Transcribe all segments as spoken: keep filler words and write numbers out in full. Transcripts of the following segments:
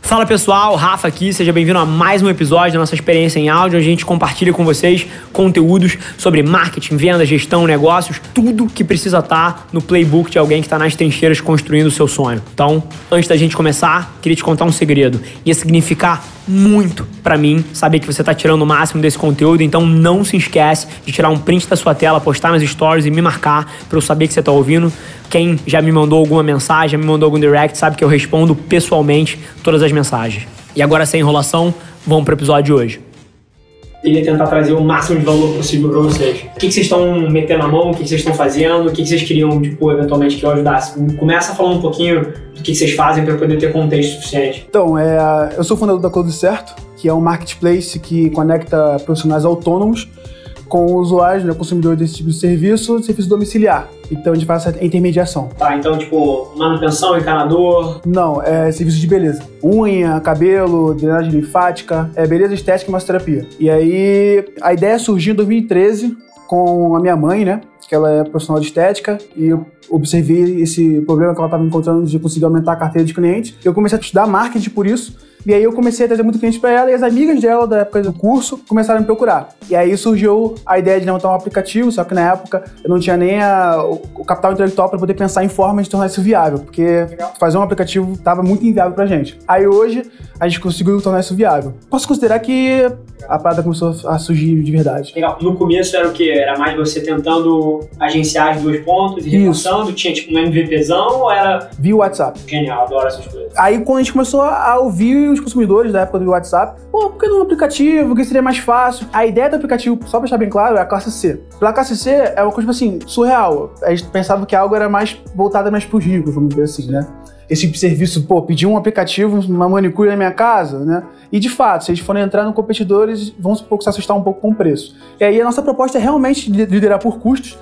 Fala pessoal, Rafa aqui, seja bem-vindo a mais um episódio da nossa experiência em áudio, onde a gente compartilha com vocês conteúdos sobre marketing, venda, gestão, negócios, tudo que precisa estar no playbook de alguém que está nas trincheiras construindo o seu sonho. Então, antes da gente começar, queria te contar um segredo. Ia significar muito pra mim saber que você tá tirando o máximo desse conteúdo, então não se esquece de tirar um print da sua tela, postar nas stories e me marcar pra eu saber que você tá ouvindo. Quem já me mandou alguma mensagem, já me mandou algum direct, sabe que eu respondo pessoalmente todas as mensagens. E agora, sem enrolação, vamos pro episódio de hoje. Queria tentar trazer o máximo de valor possível pra vocês. O que, que vocês estão metendo a mão, o que, que vocês estão fazendo, o que, que vocês queriam, tipo, eventualmente que eu ajudasse. Começa falando um pouquinho do que, que vocês fazem pra eu poder ter contexto suficiente. Então, é, eu sou fundador da Cloud Certo, que é um marketplace que conecta profissionais autônomos com usuários, né, consumidores desse tipo de serviço, serviço domiciliar. Então a gente faz essa intermediação. Tá, então tipo, manutenção, encanador... Não, é serviço de beleza. Unha, cabelo, drenagem linfática, é beleza estética e massoterapia. E aí, a ideia surgiu em dois mil e treze com a minha mãe, né, que ela é profissional de estética, e eu observei esse problema que ela estava encontrando de conseguir aumentar a carteira de clientes. Eu comecei a estudar marketing por isso. E aí eu comecei a trazer muito cliente para ela, e as amigas dela da época do curso começaram a me procurar. E aí surgiu a ideia de montar um aplicativo, só que na época eu não tinha nem a, o, o capital intelectual para poder pensar em formas de tornar isso viável, porque Legal. fazer um aplicativo estava muito inviável pra gente. Aí hoje a gente conseguiu tornar isso viável. Posso considerar que a parada começou a surgir de verdade. Legal. No começo era o quê? Era mais você tentando agenciar as duas pontas e repassando? Tinha tipo um MVPzão ou era... Via WhatsApp. Genial, adoro essas coisas. Aí quando a gente começou a ouvir os consumidores da época do WhatsApp, pô, por que não um aplicativo, que seria mais fácil? A ideia do aplicativo, só pra deixar bem claro, é a classe C. Pela classe C é uma coisa, assim, surreal. A gente pensava que algo era mais voltado mais pros ricos, vamos dizer assim, né? Esse tipo de serviço, pô, pedir um aplicativo, uma manicure na minha casa, né? E de fato, se eles forem entrar no competidor, eles vão um pouco se assustar um pouco com o preço. E aí a nossa proposta é realmente liderar por custos.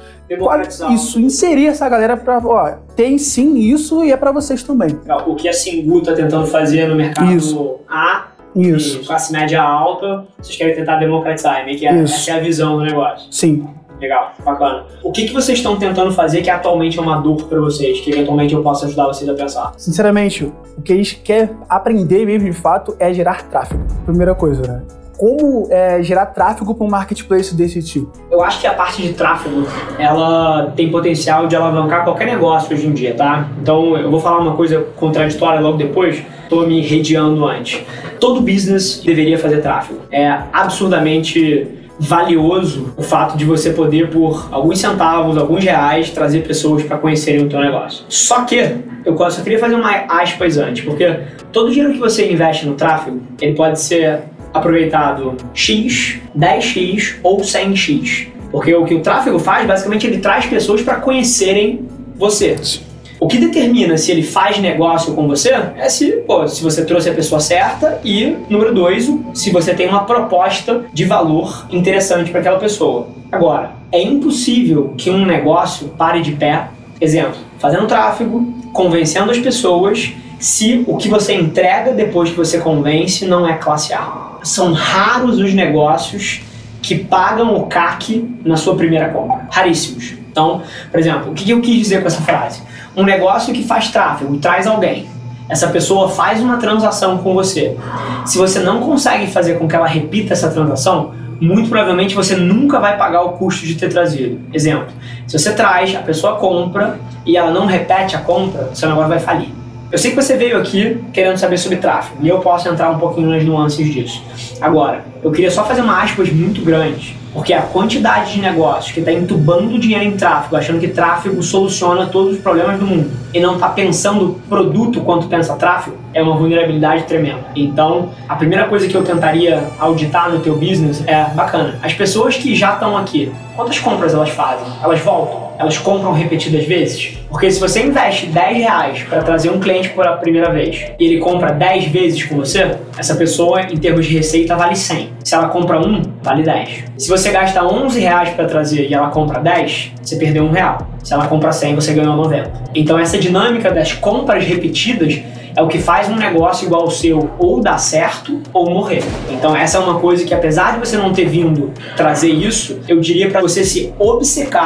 Isso, inserir essa galera pra, ó, tem sim isso e é pra vocês também. O que a Singu tá tentando fazer no mercado isso. A, isso. E classe média alta, vocês querem tentar democratizar, meio que é, essa é a visão do negócio. Sim. Legal, bacana. O que, que vocês estão tentando fazer que atualmente é uma dor pra vocês, que eventualmente eu possa ajudar vocês a pensar? Sinceramente, o que a gente quer aprender mesmo de fato é gerar tráfego. Primeira coisa, né? Como é, gerar tráfego para um marketplace desse tipo? Eu acho que a parte de tráfego, ela tem potencial de alavancar qualquer negócio hoje em dia, tá? Então, eu vou falar uma coisa contraditória logo depois, tô me redeando antes. Todo business deveria fazer tráfego. É absurdamente valioso o fato de você poder, por alguns centavos, alguns reais, trazer pessoas para conhecerem o teu negócio. Só que, eu só queria fazer uma aspas antes, porque todo dinheiro que você investe no tráfego, ele pode ser aproveitado X, dez X ou cem X. Porque o que o tráfego faz, basicamente, ele traz pessoas para conhecerem você. O que determina se ele faz negócio com você é se, pô, se você trouxe a pessoa certa e, número dois, se você tem uma proposta de valor interessante para aquela pessoa. Agora, é impossível que um negócio pare de pé, exemplo, fazendo tráfego, convencendo as pessoas, se o que você entrega depois que você convence não é classe A. São raros os negócios que pagam o C A C na sua primeira compra. Raríssimos. Então, por exemplo, o que eu quis dizer com essa frase? Um negócio que faz tráfego, traz alguém. Essa pessoa faz uma transação com você. Se você não consegue fazer com que ela repita essa transação, muito provavelmente você nunca vai pagar o custo de ter trazido. Exemplo, se você traz, a pessoa compra e ela não repete a compra, seu negócio vai falir. Eu sei que você veio aqui querendo saber sobre tráfego, e eu posso entrar um pouquinho nas nuances disso. Agora, eu queria só fazer uma aspas muito grande, porque a quantidade de negócios que está entubando dinheiro em tráfego, achando que tráfego soluciona todos os problemas do mundo, e não está pensando produto quanto pensa tráfego, é uma vulnerabilidade tremenda. Então, a primeira coisa que eu tentaria auditar no teu business é, bacana, as pessoas que já estão aqui, quantas compras elas fazem? Elas voltam? Elas compram repetidas vezes? Porque se você investe dez reais para trazer um cliente pela primeira vez e ele compra dez vezes com você, essa pessoa, em termos de receita, vale cem. Se ela compra um, vale dez. Se você gasta onze reais para trazer e ela compra dez, você perdeu um real. Se ela compra cem, você ganhou noventa. Então essa dinâmica das compras repetidas é o que faz um negócio igual ao seu ou dar certo ou morrer. Então essa é uma coisa que, apesar de você não ter vindo trazer isso, eu diria para você se obcecar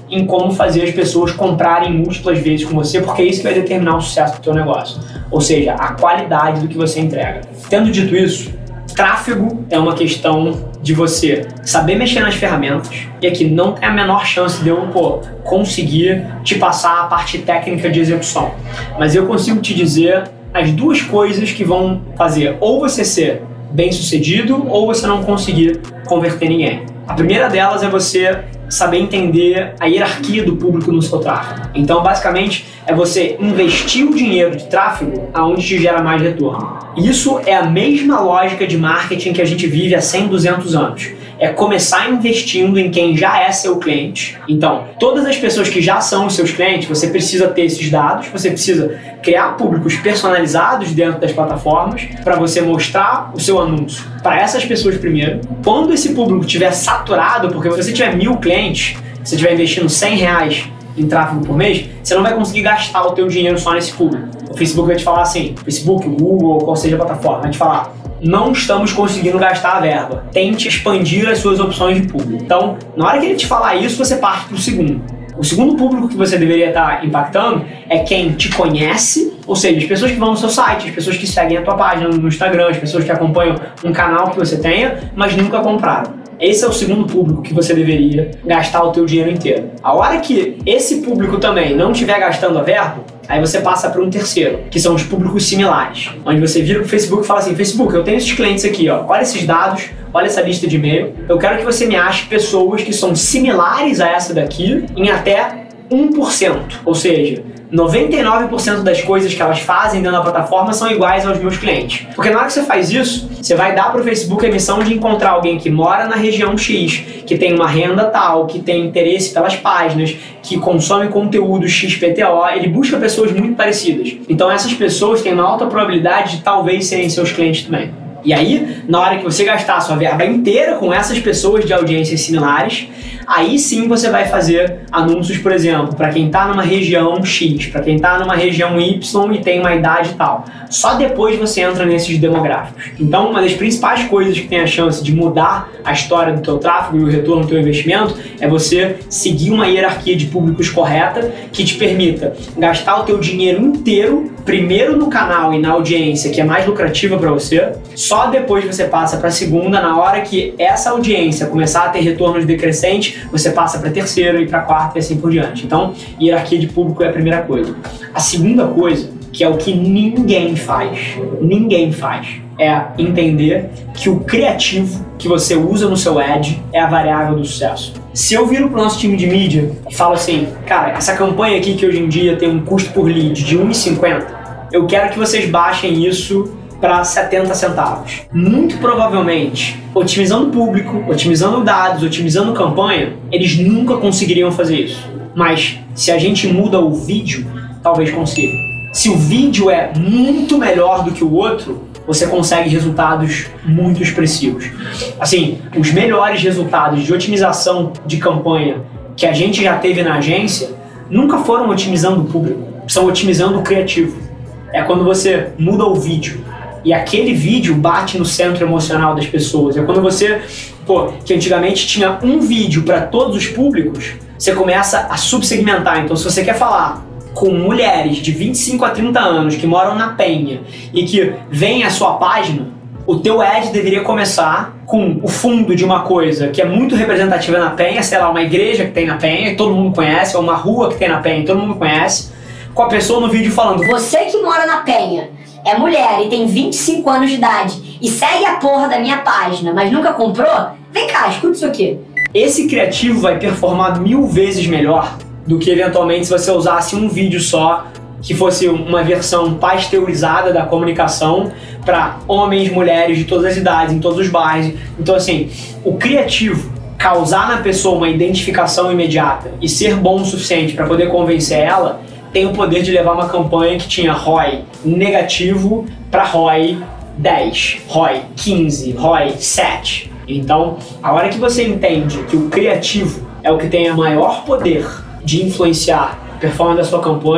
em como fazer as pessoas comprarem múltiplas vezes com você, porque é isso que vai determinar o sucesso do teu negócio. Ou seja, a qualidade do que você entrega. Tendo dito isso, tráfego é uma questão de você saber mexer nas ferramentas, e aqui não tem a menor chance de eu pô, conseguir te passar a parte técnica de execução. Mas eu consigo te dizer as duas coisas que vão fazer ou você ser bem sucedido ou você não conseguir converter ninguém. A primeira delas é você saber entender a hierarquia do público no seu tráfego. Então, basicamente, é você investir o dinheiro de tráfego aonde te gera mais retorno. Isso é a mesma lógica de marketing que a gente vive há cem, duzentos anos. É começar investindo em quem já é seu cliente. Então, todas as pessoas que já são os seus clientes, você precisa ter esses dados, você precisa criar públicos personalizados dentro das plataformas para você mostrar o seu anúncio para essas pessoas primeiro. Quando esse público estiver saturado, porque se você tiver mil clientes, se você estiver investindo cem reais em tráfego por mês, você não vai conseguir gastar o teu dinheiro só nesse público. O Facebook vai te falar assim, Facebook, Google, qual seja a plataforma, vai te falar: não estamos conseguindo gastar a verba. Tente expandir as suas opções de público. Então, na hora que ele te falar isso, você parte para o segundo. O segundo público que você deveria estar impactando é quem te conhece, ou seja, as pessoas que vão no seu site, as pessoas que seguem a tua página no Instagram, as pessoas que acompanham um canal que você tenha, mas nunca compraram. Esse é o segundo público que você deveria gastar o teu dinheiro inteiro. A hora que esse público também não estiver gastando a verba, aí você passa para um terceiro, que são os públicos similares. Onde você vira pro Facebook e fala assim: Facebook, eu tenho esses clientes aqui, ó, olha esses dados, olha essa lista de e-mail. Eu quero que você me ache pessoas que são similares a essa daqui em até um por cento. Ou seja, noventa e nove por cento das coisas que elas fazem dentro da plataforma são iguais aos meus clientes. Porque na hora que você faz isso, você vai dar para o Facebook a missão de encontrar alguém que mora na região X, que tem uma renda tal, que tem interesse pelas páginas, que consome conteúdo X P T O. Ele busca pessoas muito parecidas. Então essas pessoas têm uma alta probabilidade de talvez serem seus clientes também. E aí, na hora que você gastar a sua verba inteira com essas pessoas de audiências similares, aí sim você vai fazer anúncios, por exemplo, para quem está numa região X, para quem está numa região Y e tem uma idade tal. Só depois você entra nesses demográficos. Então, uma das principais coisas que tem a chance de mudar a história do teu tráfego e o retorno do teu investimento é você seguir uma hierarquia de públicos correta que te permita gastar o teu dinheiro inteiro, primeiro no canal e na audiência que é mais lucrativa para você, só depois você passa para a segunda. Na hora que essa audiência começar a ter retornos decrescentes, você passa para a terceira e para a quarta e assim por diante. Então, hierarquia de público é a primeira coisa. A segunda coisa, que é o que ninguém faz, ninguém faz, é entender que o criativo que você usa no seu ad é a variável do sucesso. Se eu viro pro nosso time de mídia e falo assim: cara, essa campanha aqui que hoje em dia tem um custo por lead de um real e cinquenta centavos, eu quero que vocês baixem isso para setenta centavos. Muito provavelmente, otimizando público, otimizando dados, otimizando campanha, eles nunca conseguiriam fazer isso. Mas se a gente muda o vídeo, talvez consiga. Se o vídeo é muito melhor do que o outro, você consegue resultados muito expressivos. Assim, os melhores resultados de otimização de campanha que a gente já teve na agência nunca foram otimizando o público, são otimizando o criativo. É quando você muda o vídeo e aquele vídeo bate no centro emocional das pessoas. É quando você, pô, que antigamente tinha um vídeo para todos os públicos, você começa a subsegmentar. Então, se você quer falar com mulheres de vinte e cinco a trinta anos que moram na Penha e que veem a sua página, o teu ad deveria começar com o fundo de uma coisa que é muito representativa na Penha, sei lá, uma igreja que tem na Penha e todo mundo conhece, ou uma rua que tem na Penha e todo mundo conhece, com a pessoa no vídeo falando: você que mora na Penha, é mulher e tem vinte e cinco anos de idade e segue a porra da minha página, mas nunca comprou? Vem cá, escuta isso aqui. Esse criativo vai performar mil vezes melhor do que eventualmente se você usasse um vídeo só, que fosse uma versão pasteurizada da comunicação para homens, mulheres de todas as idades, em todos os bairros. Então, assim, o criativo causar na pessoa uma identificação imediata e ser bom o suficiente para poder convencer ela, tem o poder de levar uma campanha que tinha R O I negativo para R O I dez, R O I quinze, R O I sete. Então, a hora que você entende que o criativo é o que tem o maior poder de influenciar a performance da sua campanha,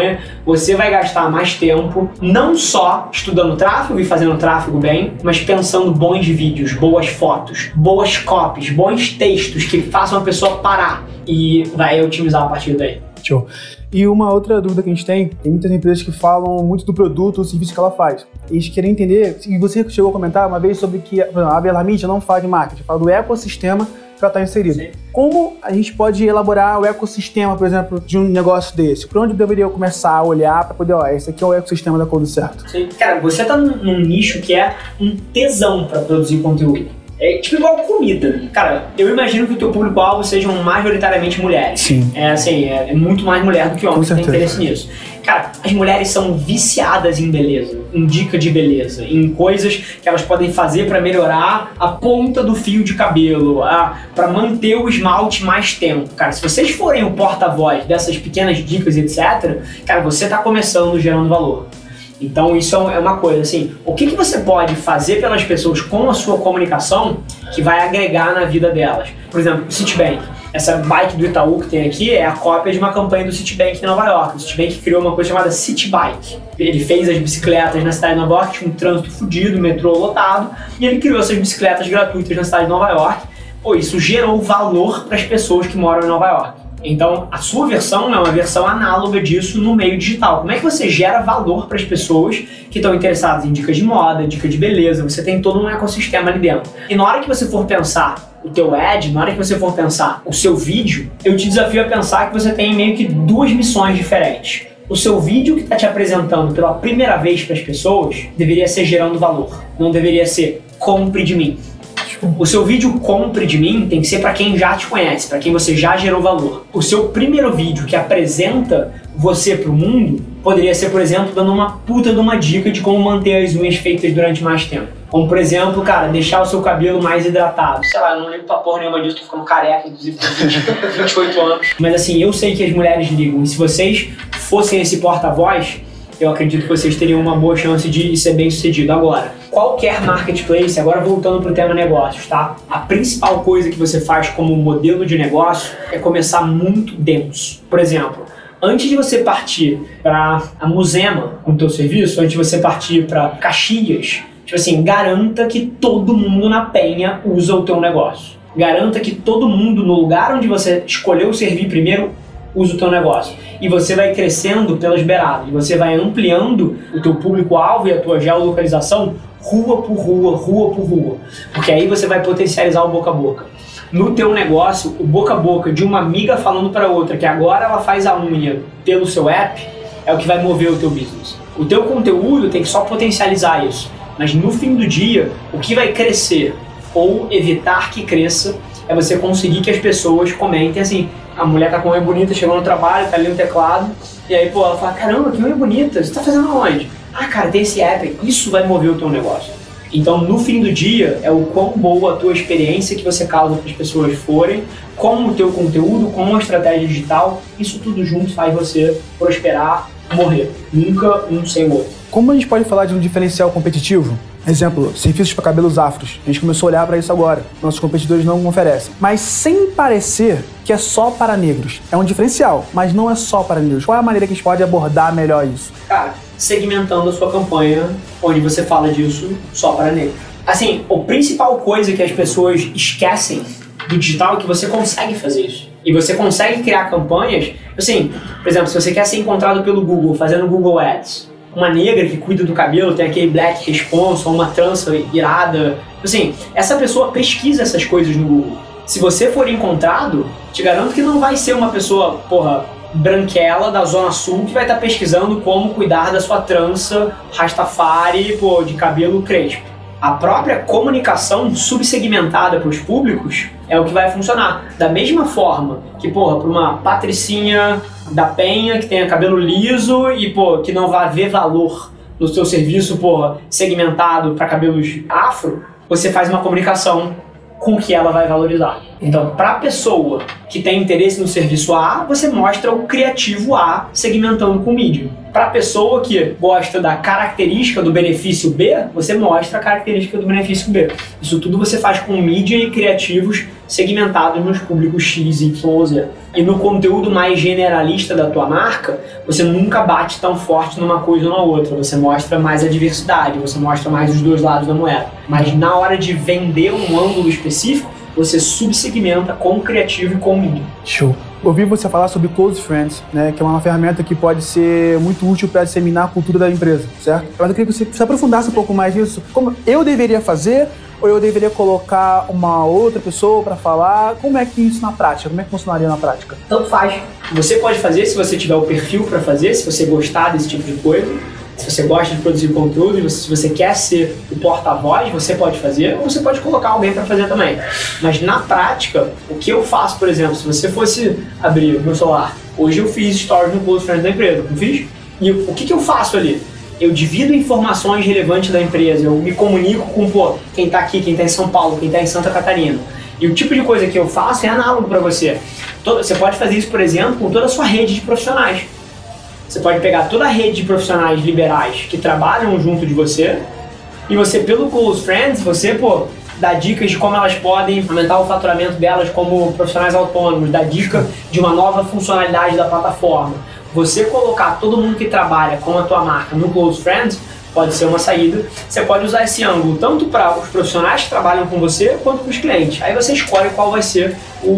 você vai gastar mais tempo não só estudando tráfego e fazendo tráfego bem, mas pensando bons vídeos, boas fotos, boas copies, bons textos que façam a pessoa parar e vai otimizar a partir daí. Show. E uma outra dúvida que a gente tem, tem muitas empresas que falam muito do produto ou serviço que ela faz. E eles querem entender, e você chegou a comentar uma vez sobre que a Bellarmine não fala de marketing, fala do ecossistema que ela está inserida. Sim. Como a gente pode elaborar o ecossistema, por exemplo, de um negócio desse? Por onde eu deveria começar a olhar para poder, ó, esse aqui é o ecossistema da Code Certo? Sim. Cara, você está num, num nicho que é um tesão para produzir conteúdo. É tipo igual comida. Cara, eu imagino que o teu público-alvo sejam majoritariamente mulheres. Sim. É assim, é, é muito mais mulher do que homem que tem interesse nisso. Cara, as mulheres são viciadas em beleza, em dica de beleza, em coisas que elas podem fazer para melhorar a ponta do fio de cabelo, para manter o esmalte mais tempo. Cara, se vocês forem o porta-voz dessas pequenas dicas, etcétera, cara, você tá começando gerando valor. Então isso é uma coisa, assim, o que, que você pode fazer pelas pessoas com a sua comunicação que vai agregar na vida delas? Por exemplo, o Citibank. Essa bike do Itaú que tem aqui é a cópia de uma campanha do Citibank em Nova York. O Citibank criou uma coisa chamada Citibike. Ele fez as bicicletas na cidade de Nova York, tinha um trânsito fodido, metrô lotado, e ele criou essas bicicletas gratuitas na cidade de Nova York. Pô, isso gerou valor para as pessoas que moram em Nova York. Então, a sua versão é uma versão análoga disso no meio digital. Como é que você gera valor para as pessoas que estão interessadas em dicas de moda, dicas de beleza? Você tem todo um ecossistema ali dentro. E na hora que você for pensar o teu ad, na hora que você for pensar o seu vídeo, eu te desafio a pensar que você tem meio que duas missões diferentes. O seu vídeo que está te apresentando pela primeira vez para as pessoas deveria ser gerando valor. Não deveria ser compre de mim. O seu vídeo compre de mim tem que ser para quem já te conhece, para quem você já gerou valor. O seu primeiro vídeo que apresenta você pro mundo poderia ser, por exemplo, dando uma puta de uma dica de como manter as unhas feitas durante mais tempo. Como, por exemplo, cara, deixar o seu cabelo mais hidratado. Sei lá, eu não ligo pra porra nenhuma disso, tô ficando careca, inclusive, com vinte e oito anos. Mas assim, eu sei que as mulheres ligam, e se vocês fossem esse porta-voz, eu acredito que vocês teriam uma boa chance de ser bem sucedido. Agora, qualquer marketplace, agora voltando para o tema negócios, tá? A principal coisa que você faz como modelo de negócio é começar muito denso. Por exemplo, antes de você partir para a Musema com o teu serviço, antes de você partir para Caxias, tipo assim, garanta que todo mundo na Penha usa o teu negócio. Garanta que todo mundo no lugar onde você escolheu servir primeiro usa o teu negócio. E você vai crescendo pelas beiradas, você vai ampliando o teu público-alvo e a tua geolocalização rua por rua, rua por rua. Porque aí você vai potencializar o boca a boca. No teu negócio, o boca a boca de uma amiga falando para outra que agora ela faz a unha pelo seu app é o que vai mover o teu business. O teu conteúdo tem que só potencializar isso. Mas no fim do dia, o que vai crescer ou evitar que cresça é você conseguir que as pessoas comentem assim: a mulher tá com unha bonita, chegou no trabalho, tá ali no teclado, e aí, pô, ela fala: caramba, que unha bonita, você tá fazendo aonde? Ah, cara, tem esse app, isso vai mover o teu negócio. Então, no fim do dia, é o quão boa a tua experiência que você causa para as pessoas forem, com o teu conteúdo, com a estratégia digital, isso tudo junto faz você prosperar, morrer. Nunca um sem o outro. Como a gente pode falar de um diferencial competitivo? Exemplo, serviços para cabelos afros. A gente começou a olhar para isso agora. Nossos competidores não oferecem. Mas sem parecer que é só para negros. É um diferencial, mas não é só para negros. Qual é a maneira que a gente pode abordar melhor isso? Cara, segmentando a sua campanha, onde você fala disso só para negros. Assim, a principal coisa que as pessoas esquecem do digital é que você consegue fazer isso. E você consegue criar campanhas, assim, por exemplo, se você quer ser encontrado pelo Google fazendo Google Ads, uma negra que cuida do cabelo, tem aquele black response, ou uma trança irada. Assim, essa pessoa pesquisa essas coisas no Google. Se você for encontrado, te garanto que não vai ser uma pessoa, porra, branquela da Zona Sul que vai estar pesquisando como cuidar da sua trança Rastafari, pô, de cabelo crespo. A própria comunicação subsegmentada para os públicos é o que vai funcionar. Da mesma forma que, porra, para uma patricinha da Penha que tenha cabelo liso e, pô, que não vai ver valor no seu serviço, porra, segmentado para cabelos afro, você faz uma comunicação com o que ela vai valorizar. Então, para a pessoa que tem interesse no serviço A, você mostra o criativo A segmentando com o medium. Para a pessoa que gosta da característica do benefício B, você mostra a característica do benefício B. Isso tudo você faz com mídia e criativos segmentados nos públicos X, Y, Z. E no conteúdo mais generalista da tua marca, você nunca bate tão forte numa coisa ou na outra. Você mostra mais a diversidade, você mostra mais os dois lados da moeda. Mas na hora de vender um ângulo específico, você subsegmenta com criativo e com mídia. Show. Ouvi você falar sobre Close Friends, né, que é uma ferramenta que pode ser muito útil para disseminar a cultura da empresa, certo? Mas eu queria que você se aprofundasse um pouco mais nisso. Como eu deveria fazer ou eu deveria colocar uma outra pessoa para falar? Como é que isso na prática? Como é que funcionaria na prática? Tanto faz. Você pode fazer se você tiver o perfil para fazer, se você gostar desse tipo de coisa. Se você gosta de produzir conteúdo e se você quer ser o porta-voz, você pode fazer, ou você pode colocar alguém para fazer também. Mas na prática, o que eu faço, por exemplo, se você fosse abrir o meu celular, hoje eu fiz stories no Close Friends da empresa, não fiz? E o que, que eu faço ali? Eu divido informações relevantes da empresa, eu me comunico com pô, quem tá aqui, quem tá em São Paulo, quem tá em Santa Catarina. E o tipo de coisa que eu faço é análogo para você. Você pode fazer isso, por exemplo, com toda a sua rede de profissionais. Você pode pegar toda a rede de profissionais liberais que trabalham junto de você e você, pelo Close Friends, você, pô, dá dicas de como elas podem aumentar o faturamento delas como profissionais autônomos, dá dica de uma nova funcionalidade da plataforma. Você colocar todo mundo que trabalha com a tua marca no Close Friends pode ser uma saída. Você pode usar esse ângulo tanto para os profissionais que trabalham com você, quanto para os clientes. Aí você escolhe qual vai ser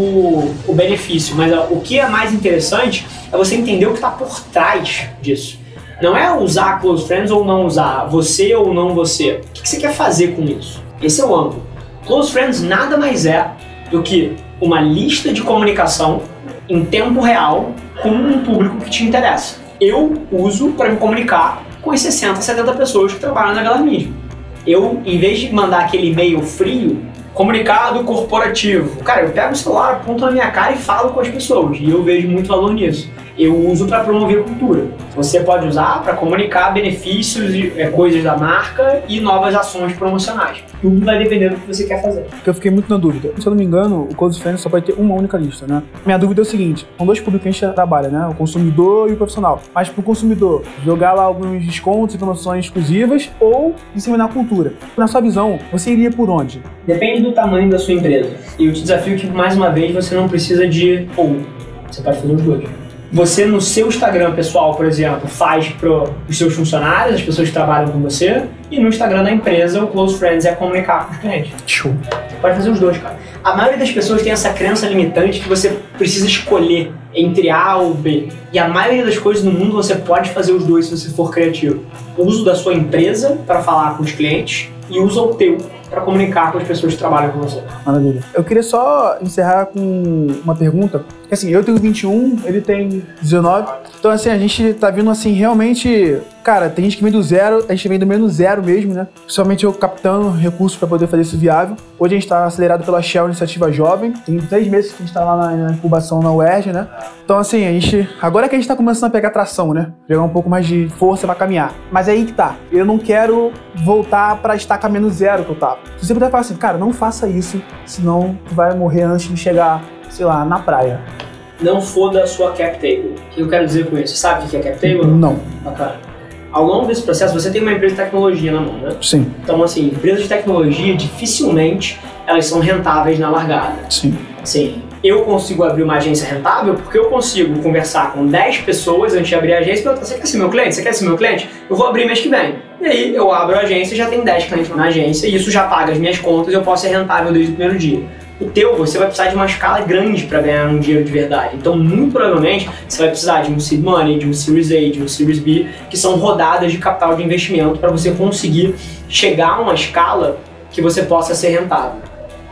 o, o benefício. Mas ó, o que é mais interessante é você entender o que está por trás disso. Não é usar Close Friends ou não usar, você ou não você. O que você quer fazer com isso? Esse é o ângulo. Close Friends nada mais é do que uma lista de comunicação em tempo real com um público que te interessa. Eu uso para me comunicar com as sessenta, setenta pessoas que trabalham na Galar Media. Eu, em vez de mandar aquele e-mail frio, comunicado corporativo, cara, eu pego o celular, aponto na minha cara e falo com as pessoas. E eu vejo muito valor nisso. Eu uso para promover cultura. Você pode usar para comunicar benefícios e é, coisas da marca e novas ações promocionais. Tudo vai depender do que você quer fazer. Eu fiquei muito na dúvida. Se eu não me engano, o Close Friends só pode ter uma única lista, né? Minha dúvida é o seguinte, são dois públicos que a gente trabalha, né? O consumidor e o profissional. Mas pro consumidor, jogar lá alguns descontos e promoções exclusivas ou disseminar cultura. Na sua visão, você iria por onde? Depende do tamanho da sua empresa. E eu te desafio que, mais uma vez, você não precisa de ou. Você pode fazer os dois. Você, no seu Instagram pessoal, por exemplo, faz para os seus funcionários, as pessoas que trabalham com você, e no Instagram da empresa, o Close Friends é comunicar com os clientes. Show. Pode fazer os dois, cara. A maioria das pessoas tem essa crença limitante que você precisa escolher entre A ou B. E a maioria das coisas no mundo você pode fazer os dois se você for criativo. O uso da sua empresa para falar com os clientes e usa o teu para comunicar com as pessoas que trabalham com você. Maravilha. Eu queria só encerrar com uma pergunta. Assim, eu tenho vinte e um, ele tem dezenove. Então, assim, a gente tá vindo, assim, realmente... Cara, tem gente que vem do zero, a gente vem do menos zero mesmo, né? Principalmente eu captando recursos para poder fazer isso viável. Hoje a gente tá acelerado pela Shell Iniciativa Jovem. Tem três meses que a gente tá lá na, na incubação na U E R J, né? Então, assim, a gente... Agora que a gente tá começando a pegar tração, né? Pegar um pouco mais de força pra caminhar. Mas é aí que tá. Eu não quero voltar pra estaca menos zero que eu tava. Se você puder falar assim, cara, não faça isso, senão tu vai morrer antes de chegar, sei lá, na praia. Não foda a sua cap table. O que eu quero dizer com isso? Você sabe o que é cap table? Não. Bacana. Ao longo desse processo, você tem uma empresa de tecnologia na mão, né? Sim. Então, assim, empresas de tecnologia, dificilmente, elas são rentáveis na largada. Sim. Sim. Eu consigo abrir uma agência rentável porque eu consigo conversar com dez pessoas antes de abrir a agência e perguntar, você quer ser meu cliente? Você quer ser meu cliente? Eu vou abrir mês que vem. E aí, eu abro a agência e já tem dez clientes na agência e isso já paga as minhas contas e eu posso ser rentável desde o primeiro dia. O teu, você vai precisar de uma escala grande para ganhar um dinheiro de verdade. Então, muito provavelmente, você vai precisar de um seed money, de um Series A, de um Series B, que são rodadas de capital de investimento para você conseguir chegar a uma escala que você possa ser rentável.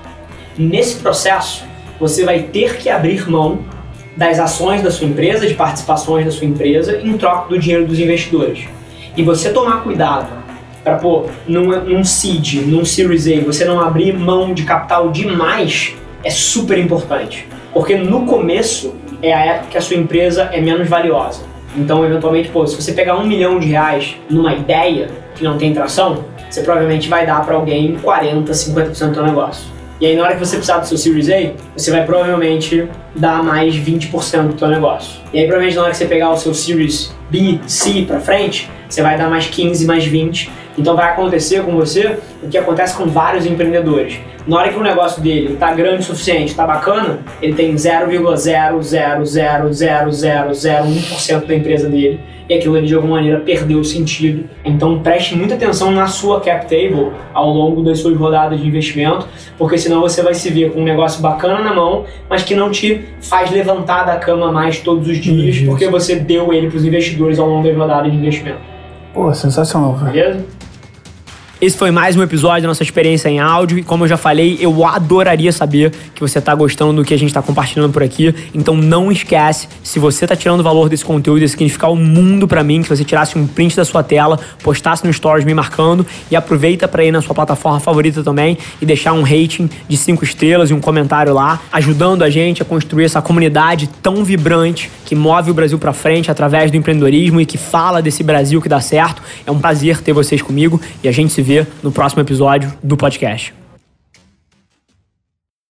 Nesse processo, você vai ter que abrir mão das ações da sua empresa, de participações da sua empresa, em troca do dinheiro dos investidores. E você tomar cuidado para, pô, num, num seed, num Series A, você não abrir mão de capital demais, é super importante. Porque no começo é a época que a sua empresa é menos valiosa. Então, eventualmente, pô, se você pegar um milhão de reais numa ideia que não tem tração, você provavelmente vai dar para alguém quarenta, cinquenta por cento do seu negócio. E aí, na hora que você precisar do seu Series A, você vai provavelmente dar mais vinte por cento do seu negócio. E aí, provavelmente, na hora que você pegar o seu Series B, C para frente, você vai dar mais quinze, mais vinte. Então vai acontecer com você o que acontece com vários empreendedores. Na hora que o negócio dele tá grande o suficiente, tá bacana, ele tem zero vírgula zero zero zero zero zero zero um por cento da empresa dele. E aquilo ali de alguma maneira perdeu o sentido. Então preste muita atenção na sua cap table ao longo das suas rodadas de investimento, porque senão você vai se ver com um negócio bacana na mão, mas que não te faz levantar da cama mais todos os dias, Isso. porque você deu ele para os investidores ao longo das rodadas de investimento. Pô, sensacional, velho. Beleza? Esse foi mais um episódio da nossa experiência em áudio e, como eu já falei, eu adoraria saber que você tá gostando do que a gente tá compartilhando por aqui. Então não esquece, se você tá tirando valor desse conteúdo, ia significar o mundo pra mim, que você tirasse um print da sua tela, postasse no Stories me marcando, e aproveita pra ir na sua plataforma favorita também e deixar um rating de cinco estrelas e um comentário lá, ajudando a gente a construir essa comunidade tão vibrante que move o Brasil pra frente através do empreendedorismo e que fala desse Brasil que dá certo. É um prazer ter vocês comigo e a gente se vê no próximo episódio do podcast.